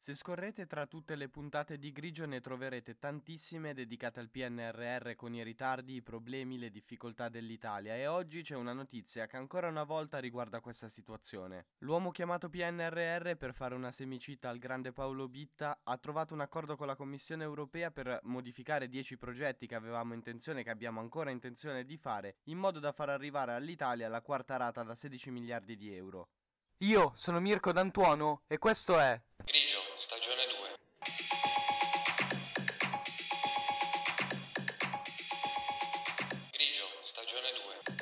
Se scorrete tra tutte le puntate di Grigio ne troverete tantissime dedicate al PNRR con i ritardi, i problemi, le difficoltà dell'Italia e oggi c'è una notizia che ancora una volta riguarda questa situazione. L'uomo chiamato PNRR, per fare una semicita al grande Paolo Bitta, ha trovato un accordo con la Commissione europea per modificare 10 progetti che abbiamo ancora intenzione di fare, in modo da far arrivare all'Italia la quarta rata da 16 miliardi di euro. Io sono Mirko D'Antuono e questo è Grigio, stagione 2. Grigio, stagione 2.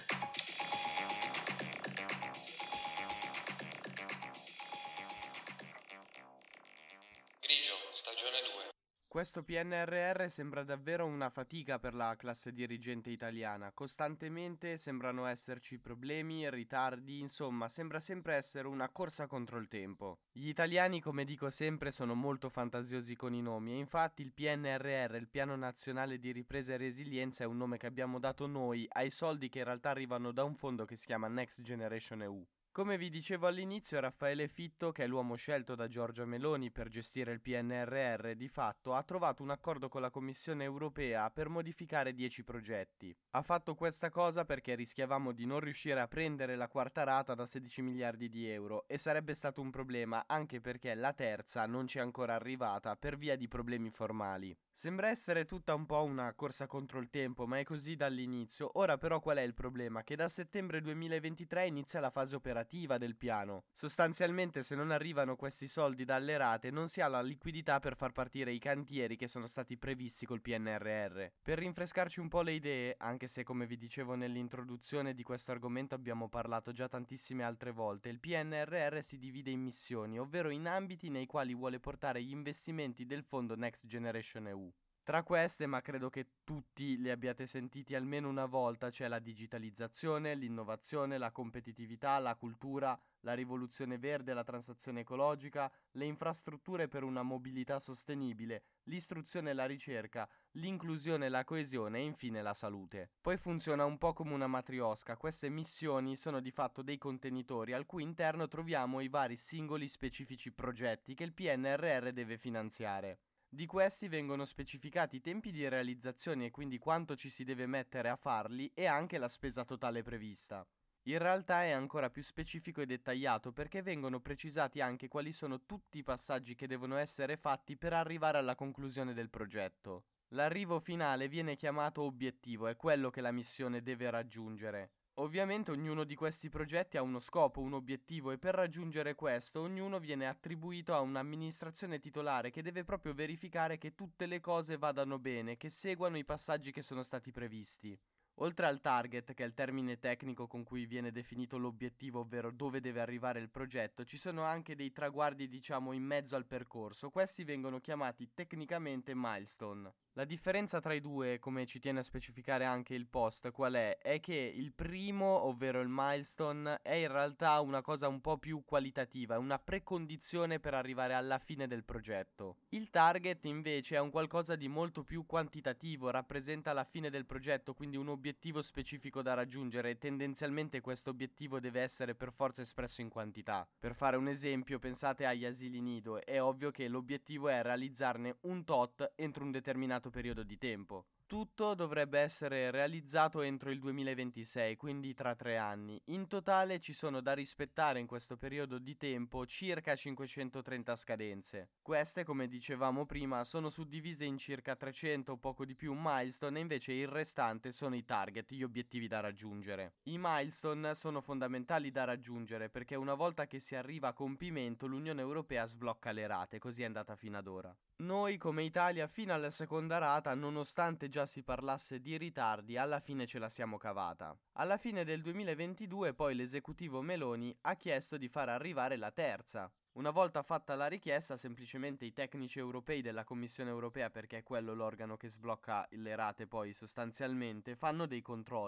Grigio, stagione 2. Questo PNRR sembra davvero una fatica per la classe dirigente italiana. Costantemente sembrano esserci problemi, ritardi, insomma, sembra sempre essere una corsa contro il tempo. Gli italiani, come dico sempre, sono molto fantasiosi con i nomi e infatti il PNRR, il Piano Nazionale di Ripresa e Resilienza, è un nome che abbiamo dato noi ai soldi che in realtà arrivano da un fondo che si chiama Next Generation EU. Come vi dicevo all'inizio, Raffaele Fitto, che è l'uomo scelto da Giorgia Meloni per gestire il PNRR, di fatto ha trovato un accordo con la Commissione europea per modificare 10 progetti. Ha fatto questa cosa perché rischiavamo di non riuscire a prendere la quarta rata da 16 miliardi di euro e sarebbe stato un problema anche perché la terza non ci è ancora arrivata per via di problemi formali. Sembra essere tutta un po' una corsa contro il tempo, ma è così dall'inizio. Ora però qual è il problema? Che da settembre 2023 inizia la fase operativa del piano. Sostanzialmente se non arrivano questi soldi dalle rate non si ha la liquidità per far partire i cantieri che sono stati previsti col PNRR. Per rinfrescarci un po' le idee, anche se come vi dicevo nell'introduzione di questo argomento abbiamo parlato già tantissime altre volte, il PNRR si divide in missioni, ovvero in ambiti nei quali vuole portare gli investimenti del fondo Next Generation EU. Tra queste, ma credo che tutti li abbiate sentiti almeno una volta, c'è la digitalizzazione, l'innovazione, la competitività, la cultura, la rivoluzione verde, la transizione ecologica, le infrastrutture per una mobilità sostenibile, l'istruzione e la ricerca, l'inclusione e la coesione e infine la salute. Poi funziona un po' come una matriosca, queste missioni sono di fatto dei contenitori al cui interno troviamo i vari singoli specifici progetti che il PNRR deve finanziare. Di questi vengono specificati i tempi di realizzazione e quindi quanto ci si deve mettere a farli e anche la spesa totale prevista. In realtà è ancora più specifico e dettagliato perché vengono precisati anche quali sono tutti i passaggi che devono essere fatti per arrivare alla conclusione del progetto. L'arrivo finale viene chiamato obiettivo, è quello che la missione deve raggiungere. Ovviamente ognuno di questi progetti ha uno scopo, un obiettivo e per raggiungere questo ognuno viene attribuito a un'amministrazione titolare che deve proprio verificare che tutte le cose vadano bene, che seguano i passaggi che sono stati previsti. Oltre al target, che è il termine tecnico con cui viene definito l'obiettivo, ovvero dove deve arrivare il progetto, ci sono anche dei traguardi, diciamo, in mezzo al percorso. Questi vengono chiamati tecnicamente milestone. La differenza tra i due, come ci tiene a specificare anche il post, qual è? È che il primo, ovvero il milestone, è in realtà una cosa un po' più qualitativa, è una precondizione per arrivare alla fine del progetto. Il target invece è un qualcosa di molto più quantitativo, rappresenta la fine del progetto, quindi un obiettivo specifico da raggiungere e tendenzialmente questo obiettivo deve essere per forza espresso in quantità. Per fare un esempio, pensate agli asili nido, è ovvio che l'obiettivo è realizzarne un tot entro un determinato periodo di tempo. Tutto dovrebbe essere realizzato entro il 2026, quindi tra 3 anni. In totale ci sono da rispettare in questo periodo di tempo circa 530 scadenze. Queste, come dicevamo prima, sono suddivise in circa 300 o poco di più milestone e invece il restante sono i target, gli obiettivi da raggiungere. I milestone sono fondamentali da raggiungere perché una volta che si arriva a compimento l'Unione Europea sblocca le rate, così è andata fino ad ora. Noi come Italia fino alla seconda rata, nonostante già si parlasse di ritardi, alla fine ce la siamo cavata. Alla fine del 2022 poi l'esecutivo Meloni ha chiesto di far arrivare la terza. Una volta fatta la richiesta, semplicemente i tecnici europei della Commissione Europea, perché è quello l'organo che sblocca le rate poi sostanzialmente, fanno dei controlli.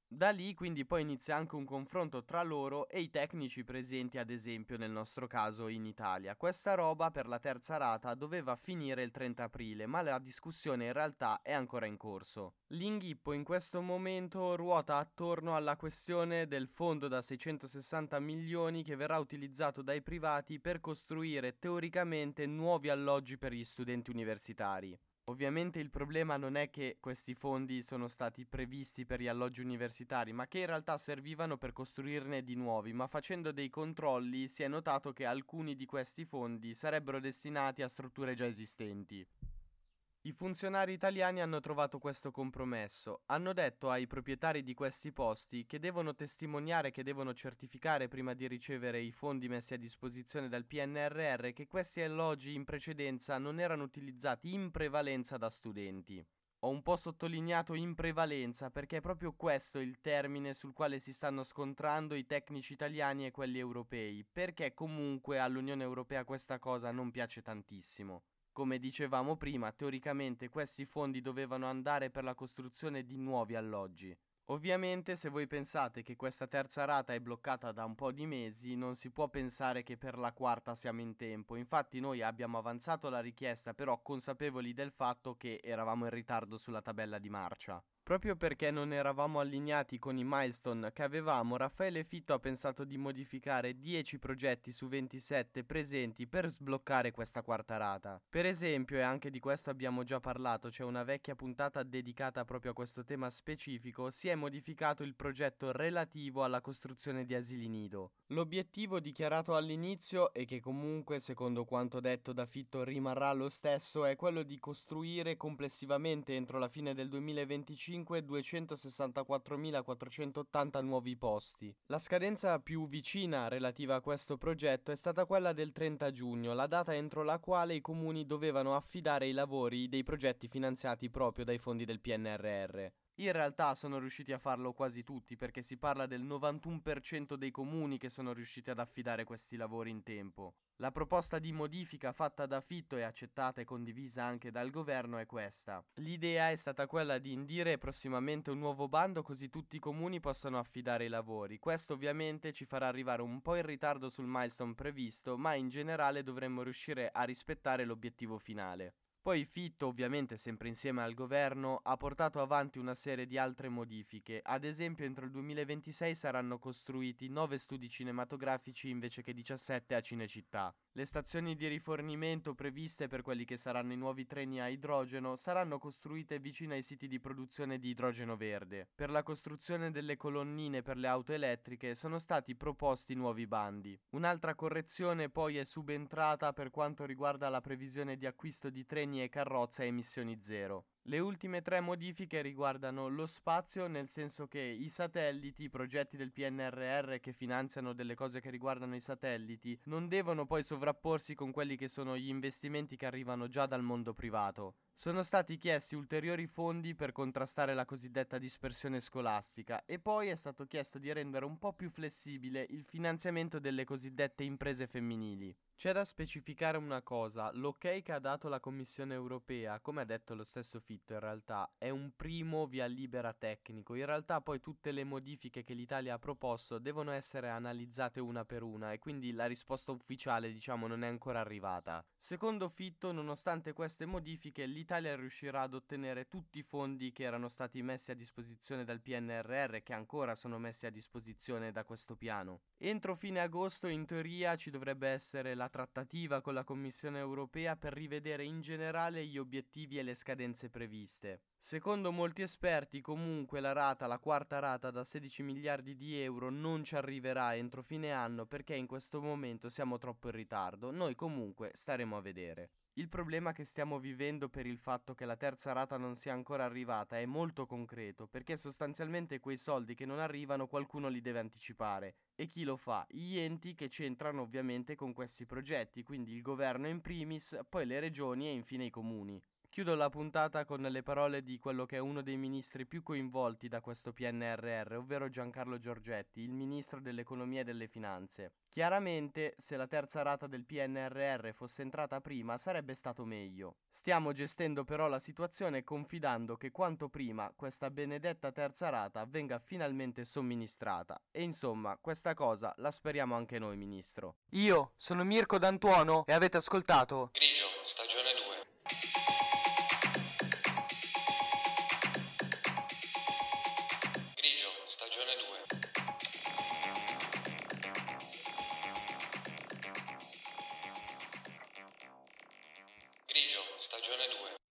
Da lì quindi poi inizia anche un confronto tra loro e i tecnici presenti ad esempio nel nostro caso in Italia. Questa roba per la terza rata doveva finire il 30 aprile, ma la discussione in realtà è ancora in corso. L'inghippo in questo momento ruota attorno alla questione del fondo da 660 milioni che verrà utilizzato dai privati per costruire teoricamente nuovi alloggi per gli studenti universitari. Ovviamente il problema non è che questi fondi sono stati previsti per gli alloggi universitari, ma che in realtà servivano per costruirne di nuovi, ma facendo dei controlli si è notato che alcuni di questi fondi sarebbero destinati a strutture già esistenti. I funzionari italiani hanno trovato questo compromesso. Hanno detto ai proprietari di questi posti che devono testimoniare, che devono certificare prima di ricevere i fondi messi a disposizione dal PNRR che questi alloggi in precedenza non erano utilizzati in prevalenza da studenti. Ho un po' sottolineato in prevalenza perché è proprio questo il termine sul quale si stanno scontrando i tecnici italiani e quelli europei, perché comunque all'Unione Europea questa cosa non piace tantissimo. Come dicevamo prima, teoricamente questi fondi dovevano andare per la costruzione di nuovi alloggi. Ovviamente, se voi pensate che questa terza rata è bloccata da un po' di mesi, non si può pensare che per la quarta siamo in tempo. Infatti noi abbiamo avanzato la richiesta, però consapevoli del fatto che eravamo in ritardo sulla tabella di marcia. Proprio perché non eravamo allineati con i milestone che avevamo, Raffaele Fitto ha pensato di modificare 10 progetti su 27 presenti per sbloccare questa quarta rata. Per esempio, e anche di questo abbiamo già parlato, c'è una vecchia puntata dedicata proprio a questo tema specifico, si è modificato il progetto relativo alla costruzione di asili nido. L'obiettivo dichiarato all'inizio, e che comunque secondo quanto detto da Fitto rimarrà lo stesso, è quello di costruire complessivamente entro la fine del 2025 264.480 nuovi posti. La scadenza più vicina relativa a questo progetto è stata quella del 30 giugno, la data entro la quale i comuni dovevano affidare i lavori dei progetti finanziati proprio dai fondi del PNRR. In realtà sono riusciti a farlo quasi tutti, perché si parla del 91% dei comuni che sono riusciti ad affidare questi lavori in tempo. La proposta di modifica fatta da Fitto e accettata e condivisa anche dal governo è questa. L'idea è stata quella di indire prossimamente un nuovo bando così tutti i comuni possano affidare i lavori. Questo ovviamente ci farà arrivare un po' in ritardo sul milestone previsto, ma in generale dovremmo riuscire a rispettare l'obiettivo finale. Poi Fitto, ovviamente sempre insieme al governo, ha portato avanti una serie di altre modifiche. Ad esempio, entro il 2026 saranno costruiti 9 studi cinematografici invece che 17 a Cinecittà. Le stazioni di rifornimento previste per quelli che saranno i nuovi treni a idrogeno saranno costruite vicino ai siti di produzione di idrogeno verde. Per la costruzione delle colonnine per le auto elettriche sono stati proposti nuovi bandi. Un'altra correzione poi è subentrata per quanto riguarda la previsione di acquisto di treni e carrozze a emissioni zero. Le ultime 3 modifiche riguardano lo spazio, nel senso che i satelliti, i progetti del PNRR che finanziano delle cose che riguardano i satelliti, non devono poi sovrapporsi con quelli che sono gli investimenti che arrivano già dal mondo privato. Sono stati chiesti ulteriori fondi per contrastare la cosiddetta dispersione scolastica e poi è stato chiesto di rendere un po' più flessibile il finanziamento delle cosiddette imprese femminili. C'è da specificare una cosa, l'ok che ha dato la Commissione europea, come ha detto lo stesso Fitto in realtà, è un primo via libera tecnico. In realtà poi tutte le modifiche che l'Italia ha proposto devono essere analizzate una per una e quindi la risposta ufficiale, diciamo, non è ancora arrivata. Secondo Fitto, nonostante queste modifiche, l'Italia riuscirà ad ottenere tutti i fondi che erano stati messi a disposizione dal PNRR, che ancora sono messi a disposizione da questo piano. Entro fine agosto, in teoria, ci dovrebbe essere la trattativa con la Commissione europea per rivedere in generale gli obiettivi e le scadenze previste. Secondo molti esperti, comunque, la quarta rata da 16 miliardi di euro non ci arriverà entro fine anno perché in questo momento siamo troppo in ritardo. Noi comunque staremo a vedere. Il problema che stiamo vivendo per il fatto che la terza rata non sia ancora arrivata è molto concreto, perché sostanzialmente quei soldi che non arrivano qualcuno li deve anticipare. E chi lo fa? Gli enti che c'entrano ovviamente con questi progetti, quindi il governo in primis, poi le regioni e infine i comuni, Chiudo la puntata con le parole di quello che è uno dei ministri più coinvolti da questo PNRR, ovvero Giancarlo Giorgetti, il ministro dell'economia e delle finanze. Chiaramente, se la terza rata del PNRR fosse entrata prima, sarebbe stato meglio. Stiamo gestendo però la situazione confidando che quanto prima questa benedetta terza rata venga finalmente somministrata. E insomma, questa cosa la speriamo anche noi, ministro. Io sono Mirko D'Antuono e avete ascoltato Grigio, stagione 2. Grigio, stagione 2. Grigio, stagione 2.